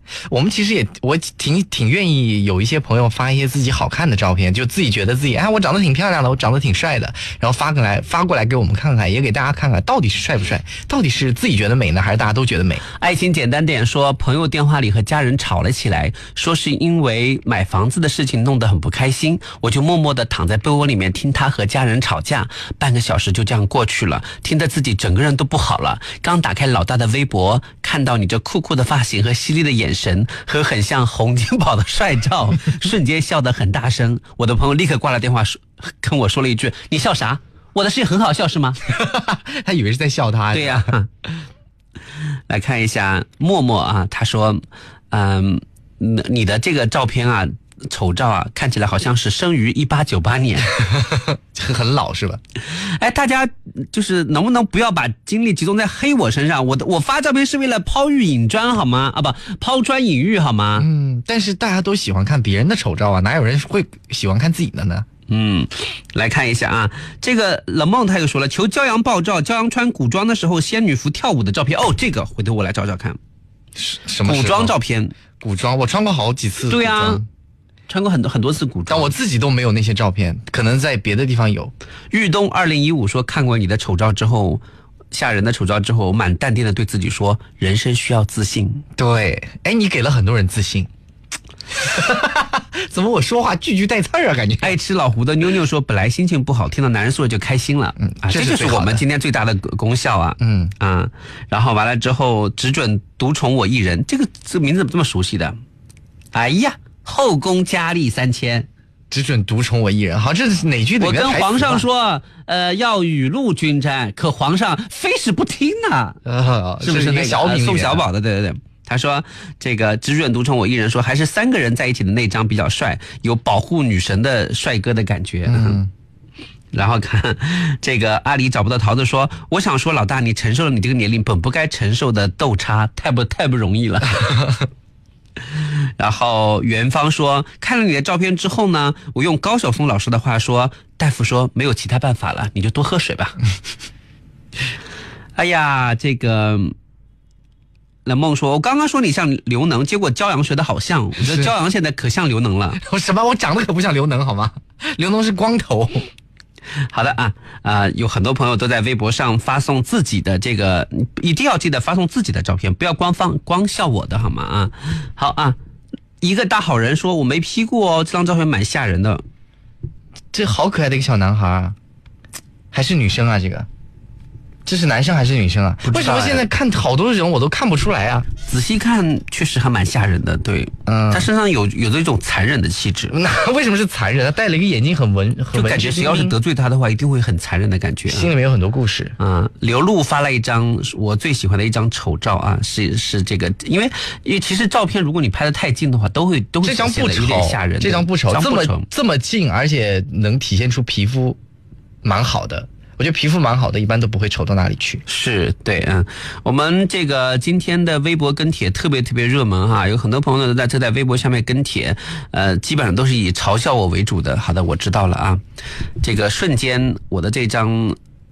我们其实我挺愿意有一些朋友发一些自己好看的照片，就自己觉得自己我长得挺漂亮的，我长得挺帅的，然后发过来给我们看看，也给大家看看到底是帅不帅，到底是自己觉得美呢，还是大家都觉得美。 爱情简单点说，朋友电话里和家人吵了起来，说是因为买房子的事情弄得很不开心，我就默默地躺在被窝里面听他和家人吵架，半个小时就这样过去了，听得自己整个人都不好了。刚打开老大的微博，看到你这酷酷的发型和犀利的眼神和很像洪金宝的帅照，瞬间笑得很大声。我的朋友立刻挂了电话，跟我说了一句：“你笑啥？我的事情很好笑是吗？” 他以为是在笑他。 对呀。来看一下默默啊，他说：“你的这个照片啊。”丑照啊，看起来好像是生于1898年， 很老是吧？ 哎，大家就是能不能不要把精力集中在黑我身上？我发照片是为了抛玉引砖好吗？啊不，抛砖引玉好吗？ 但是大家都喜欢看别人的丑照啊，哪有人会喜欢看自己的呢？ 来看一下啊，这个冷梦他又说了，求骄阳爆照，骄阳穿古装的时候仙女服跳舞的照片。哦，这个回头我来找找看。 什么古装照片？ 古装我穿过好几次。 对啊。穿过很多次古装， 但我自己都没有那些照片，可能在别的地方有。 玉东2015说，看过你的丑照之后，吓人的丑照之后，蛮淡定的对自己说，人生需要自信。 对，你给了很多人自信。怎么我说话句句带刺儿啊？感觉。 爱吃老胡的妞妞说，本来心情不好，听到男人说就开心了。这就是我们今天最大的功效啊。然后完了之后，只准独宠我一人，这个名字怎么这么熟悉的？哎呀。后宫佳丽3000， 只准独宠我一人。好，这是哪句里面的台词？ 我跟皇上说，要雨露均沾，可皇上非是不听呐。是不是那个小品宋小宝的？对。他说这个只准独宠我一人，说还是3个人在一起的那张比较帅，有保护女神的帅哥的感觉。然后看这个阿里找不到桃子说，我想说老大，你承受了你这个年龄本不该承受的斗差，太不容易了。然后元芳说，看了你的照片之后呢，我用高晓松老师的话说，大夫说没有其他办法了，你就多喝水吧。哎呀，这个冷梦说，我刚刚说你像刘能，结果骄阳学的好像，我觉得骄阳现在可像刘能了。 什么？我长得可不像刘能好吗？刘能是光头。 好的有很多朋友都在微博上发送自己的这个，一定要记得发送自己的照片，不要光笑我的好吗？好啊，一个大好人说，我没 P 过哦，这张照片蛮吓人的。 这好可爱的一个小男孩啊，还是女生啊？这是男生还是女生啊？为什么现在看好多人我都看不出来啊？ 仔细看确实还蛮吓人的，对，他身上有着一种残忍的气质。 那为什么是残忍？他戴了一个眼镜，很文， 就感觉谁要是得罪他的话，一定会很残忍的感觉。 心里面有很多故事。 刘露发了一张我最喜欢的一张丑照啊，是这个，因为其实照片如果你拍得太近的话，都会这张不丑，有点吓人。这张不丑，这么近，而且能体现出皮肤蛮好的。我觉得皮肤蛮好的，一般都不会丑到哪里去。 是对，我们这个今天的微博跟帖特别热门哈，有很多朋友都在微博下面跟帖，基本上都是以嘲笑我为主的。好的，我知道了啊。这个瞬间，我的这张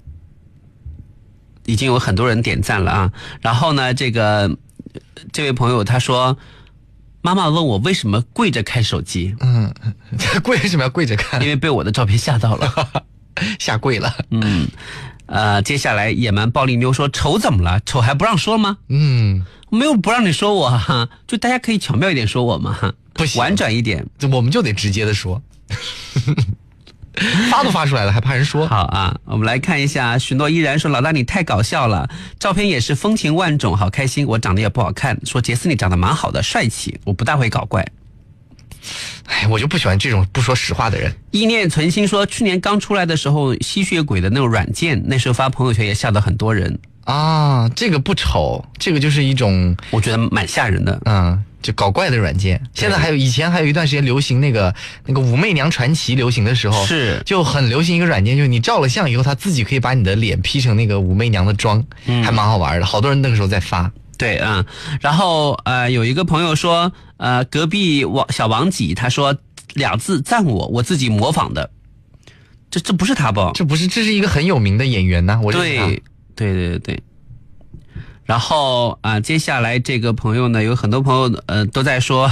已经有很多人点赞了啊。然后呢，这位朋友他说，妈妈问我为什么跪着看手机。 为什么要跪着看？ 因为被我的照片吓到了。 下跪了。 接下来野蛮暴力妞说，丑怎么了？丑还不让说吗？没有不让你说我哈，就大家可以巧妙一点说我嘛， 不行， 婉转一点， 我们就得直接的说。发都发出来了，还怕人说？ 好啊，我们来看一下，许诺依然说，老大你太搞笑了，照片也是风情万种，好开心。我长得也不好看，说杰斯你长得蛮好的，帅气，我不大会搞怪。 我就不喜欢这种不说实话的人。 意念存心说，去年刚出来的时候，吸血鬼的那种软件，那时候发朋友圈也吓到很多人啊。这个不丑，这个就是一种我觉得蛮吓人的， 就搞怪的软件。现在以前还有一段时间流行那个武媚娘传奇流行的时候， 是就很流行一个软件，就是你照了相以后，它自己可以把你的脸 P 成那个武媚娘的妆，还蛮好玩的。好多人那个时候在发。 对然后有一个朋友说，隔壁小王几他说2字赞我自己模仿的，这不是他吧？ 这是一个很有名的演员呐，我认识他。 对。 然后啊，接下来这个朋友呢，有很多朋友都在说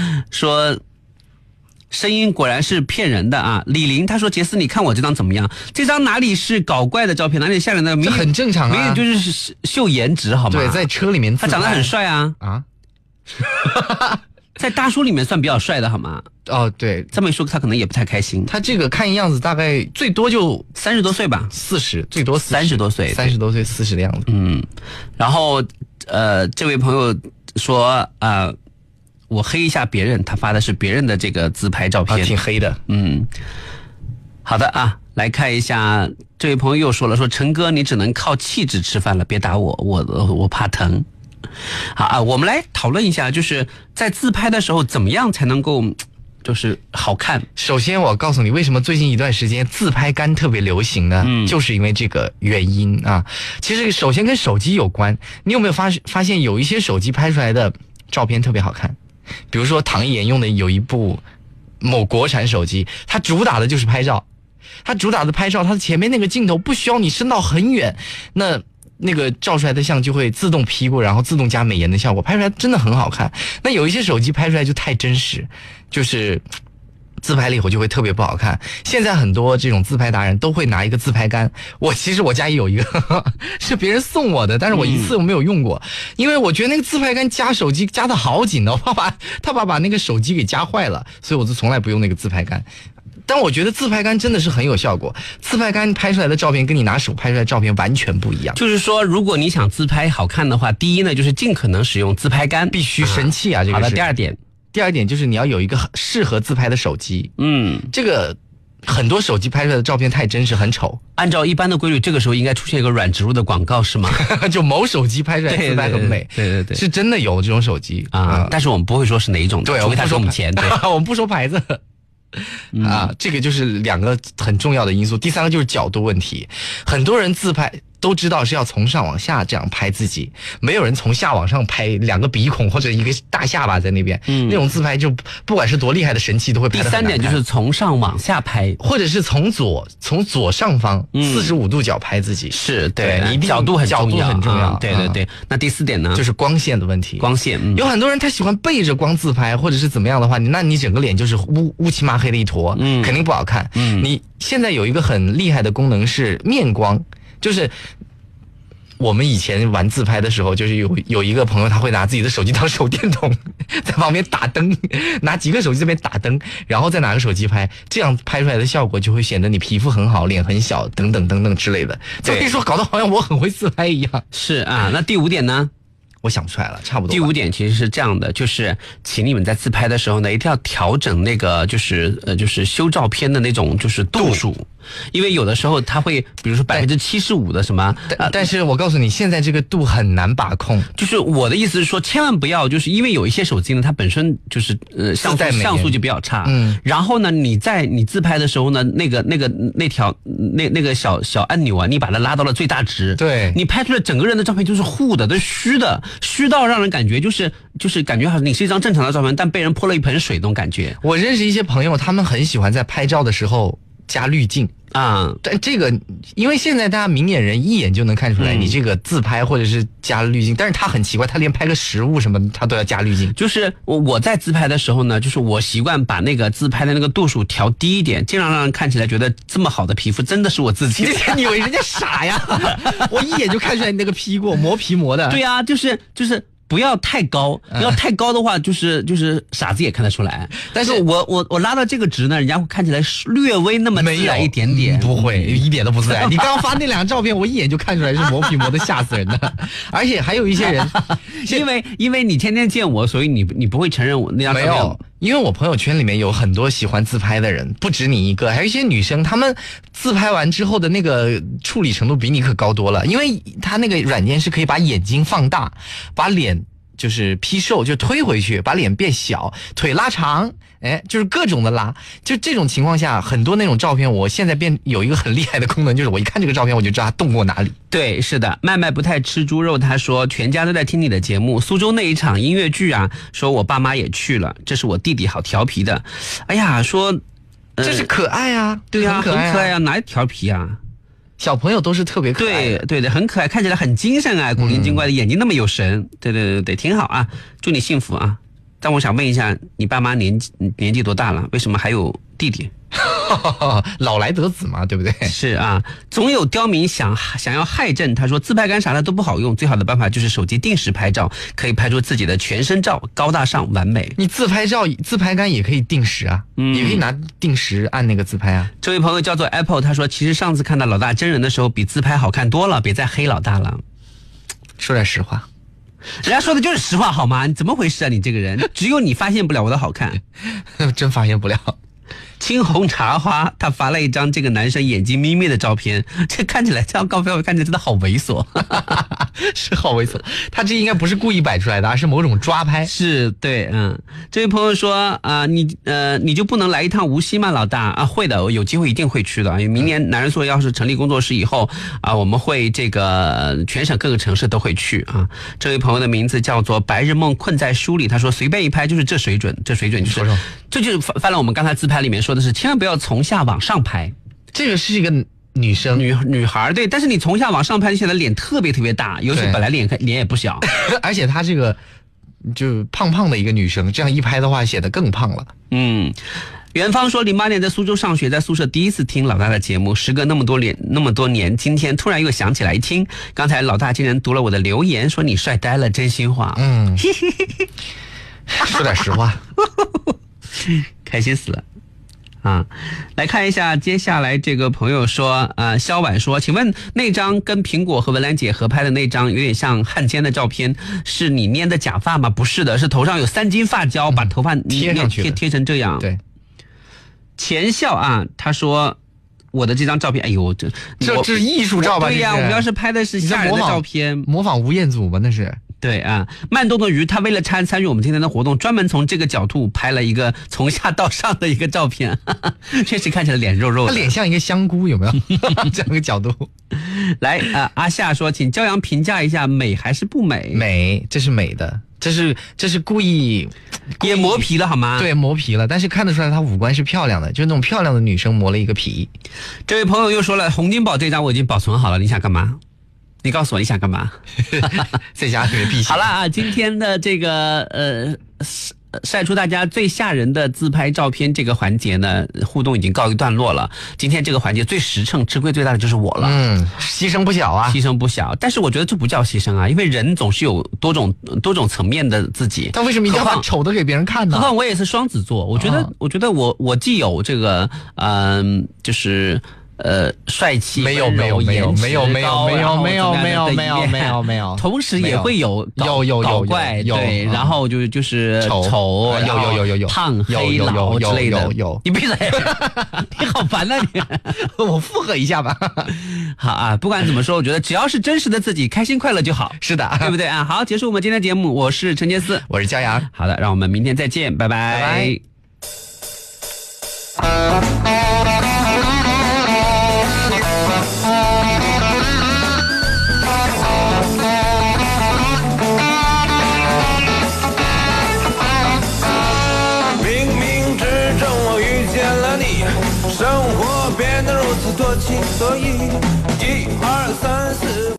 声音果然是骗人的啊！李玲他说：“杰斯，你看我这张怎么样？这张哪里是搞怪的照片，哪里吓人的？ 这很正常啊， 明明就是秀颜值好吗？ 对，在车里面他长得很帅啊啊， 在大叔里面算比较帅的好吗？ 哦，对， 这么一说他可能也不太开心。 他这个看样子大概最多就 30多岁吧 ，40最多 30多岁 ，30多岁40的样子。 然后这位朋友说我黑一下别人，他发的是别人的这个自拍照片， 挺黑的。 好的啊，来看一下，这位朋友又说了，说陈哥你只能靠气质吃饭了，别打我，我怕疼。好啊，我们来讨论一下，就是在自拍的时候怎么样才能够就是好看。 首先我告诉你，为什么最近一段时间自拍杆特别流行呢？就是因为这个原因啊。其实首先跟手机有关，你有没有发现有一些手机拍出来的照片特别好看？比如说唐一言用的有一部某国产手机，它主打的就是拍照，它的前面那个镜头不需要你伸到很远，那个照出来的像就会自动 P 过，然后自动加美颜的效果，拍出来真的很好看。那有一些手机拍出来就太真实，就是自拍了以后就会特别不好看。现在很多这种自拍达人都会拿一个自拍杆，其实我家也有一个是别人送我的，但是我一次都没有用过，因为我觉得那个自拍杆夹手机夹得好紧的，我怕把那个手机给夹坏了，所以我就从来不用那个自拍杆。但我觉得自拍杆真的是很有效果，自拍杆拍出来的照片跟你拿手拍出来的照片完全不一样。 就是说，如果你想自拍好看的话，第一呢就是尽可能使用自拍杆， 必须神器啊！这个是。 好的， 第二点就是你要有一个适合自拍的手机。这个很多手机拍出来的照片太真实，很丑。 按照一般的规律，这个时候应该出现一个软植入的广告是吗？ 就某手机拍出来自拍很美， 对， 是真的有这种手机啊，但是我们不会说是哪一种， 对， 除非他给我们钱，对， 我们不说牌子。这个就是两个很重要的因素。第三个就是角度问题，很多人自拍都知道是要从上往下这样拍自己，没有人从下往上拍两个鼻孔或者一个大下巴在那边，那种自拍就不管是多厉害的神器都会拍得很难看。 第三点就是从上往下拍， 或者是从左上方45度角拍自己， 是对， 你一定角度很重要，对。那第4点呢， 就是光线的问题。 光线， 有很多人他喜欢背着光自拍，或者是怎么样的话，那你整个脸就是乌漆麻黑的一坨，肯定不好看。你现在有一个很厉害的功能是面光，就是我们以前玩自拍的时候，就是有一个朋友他会拿自己的手机当手电筒，在旁边打灯，拿几个手机这边打灯，然后再拿个手机拍，这样拍出来的效果就会显得你皮肤很好，脸很小，等等等等之类的。就可以说搞得好像我很会自拍一样。 是啊，那第5点呢？ 我想不出来了，差不多。 第5点其实是这样的，就是请你们在自拍的时候呢，一定要调整那个就是修照片的那种就是度数，因为有的时候它会比如说75%的什么， 但是我告诉你，现在这个度很难把控。 就是我的意思是说，千万不要就是因为有一些手机呢，它本身就是像素就比较差，然后呢你自拍的时候呢，那个小按钮啊，你把它拉到了最大值， 对， 你拍出来整个人的照片就是糊的，都虚的。虚到让人感觉就是感觉好像你是一张正常的照片，但被人泼了一盆水那种感觉。 我认识一些朋友，他们很喜欢在拍照的时候加滤镜啊， 但这个因为现在大家明眼人一眼就能看出来你这个自拍或者是加了滤镜，但是他很奇怪，他连拍个食物什么他都要加滤镜。 就是我在自拍的时候呢，就是我习惯把那个自拍的那个度数调低一点，尽量让人看起来觉得这么好的皮肤真的是我自己。 你以为人家傻呀？我一眼就看出来你那个 P 过磨皮磨的。 对啊，就是不要太高，要太高的话就是傻子也看得出来。但是我拉到这个值呢，人家会看起来略微那么自然一点点。 不会，一点都不自然。你刚刚发那2张照片，我一眼就看出来是磨皮磨的吓死人的。而且还有一些人， 因为你天天见我，所以你不会承认我那张照片。 没有，因为我朋友圈里面有很多喜欢自拍的人，不止你一个，还有一些女生，她们自拍完之后的那个处理程度比你可高多了，因为她那个软件是可以把眼睛放大，把脸就是 P 瘦，就推回去，把脸变小，腿拉长，就是各种的拉。就这种情况下，很多那种照片，我现在有一个很厉害的功能，就是我一看这个照片，我就知道它动过哪里。 对，是的，麦麦不太吃猪肉，他说全家都在听你的节目。苏州那一场音乐剧啊，说我爸妈也去了，这是我弟弟，好调皮的。哎呀，说这是可爱啊， 对啊， 很可爱啊， 哪里调皮啊？ 小朋友都是特别可爱的， 对，很可爱，看起来很精神啊，古灵精怪的，眼睛那么有神，对，挺好啊，祝你幸福啊。但我想问一下，你爸妈年纪多大了？为什么还有弟弟？ 老来得子嘛，对不对？ 是啊，总有刁民想要害朕。他说自拍杆啥的都不好用，最好的办法就是手机定时拍照，可以拍出自己的全身照，高大上完美。 你自拍杆也可以定时啊，也可以拿定时按那个自拍啊。 这位朋友叫做 Apple， 他说其实上次看到老大真人的时候比自拍好看多了，别再黑老大了。 说点实话。 人家说的就是实话好吗？你怎么回事啊？你这个人，只有你发现不了我的好看。 真发现不了。 青红茶花他发了一张这个男生眼睛眯眯的照片，这看起来这样高飞看起来真的好猥琐。 是好猥琐，他这应该不是故意摆出来的，而是某种抓拍。 是对，这位朋友说你就不能来一趟无锡吗？老大啊，会的，我有机会一定会去的。因为明年男人宿舍要是成立工作室以后啊，我们会这个全省各个城市都会去啊。这位朋友的名字叫做白日梦困在书里，他说随便一拍就是这水准就是这就是翻了我们刚才自拍里面说的是千万不要从下往上拍。 这个是一个女生女孩，对，但是你从下往上拍，显得脸特别大，尤其本来脸也不小， 而且她这个就胖的一个女生，这样一拍的话显得更胖了。 元芳说08年在苏州上学，在宿舍第一次听老大的节目，时隔那么多年，今天突然又想起来听，刚才老大竟然读了我的留言，说你帅呆了，真心话。 说点实话。 开心死了啊！来看一下接下来这个朋友说，肖婉说，请问那张跟苹果和文兰姐合拍的那张有点像汉奸的照片，是你粘的假发吗？不是的，是头上有3斤发胶，把头发贴上去， 贴成这样。 对， 钱笑啊，他说我的这张照片，哎呦，这是艺术照吧？ 对呀，我们要是拍的是吓人的照片， 模仿吴彦祖吧？那是。 对啊，慢动的鱼他为了参与我们今天的活动，专门从这个角度拍了一个从下到上的一个照片，确实看起来脸肉肉的， 他脸像一个香菇，有没有？这样一个角度。 来阿夏说，请骄阳评价一下美还是不美？ 美，这是美的，这是故意也磨皮了好吗？ 对，磨皮了，但是看得出来她五官是漂亮的，就是那种漂亮的女生磨了一个皮。 这位朋友又说了，洪金宝这张我已经保存好了，你想干嘛？你告诉我你想干嘛？ 在家里面避险。 好了啊，今天的这个晒出大家最吓人的自拍照片这个环节呢，互动已经告一段落了。今天这个环节最实诚、吃亏最大的就是我了。 牺牲不小啊， 牺牲不小。但是我觉得这不叫牺牲啊，因为人总是有多种层面的自己。 但为什么一定要把丑的给别人看呢？ 何况我也是双子座，我觉得我既有这个就是帅气， 没有， 同时也会有搞怪，对，然后就是丑， 有胖黑老之类的，你闭嘴，你好烦啊你， 我附和一下吧。 好啊，不管怎么说，我觉得只要是真实的自己，开心快乐就好， 是的， 对不对啊？好，结束我们今天的节目，我是陈杰思， 我是骄阳， 好的，让我们明天再见，拜拜。 生活变得如此多情多义，1、2、3、4。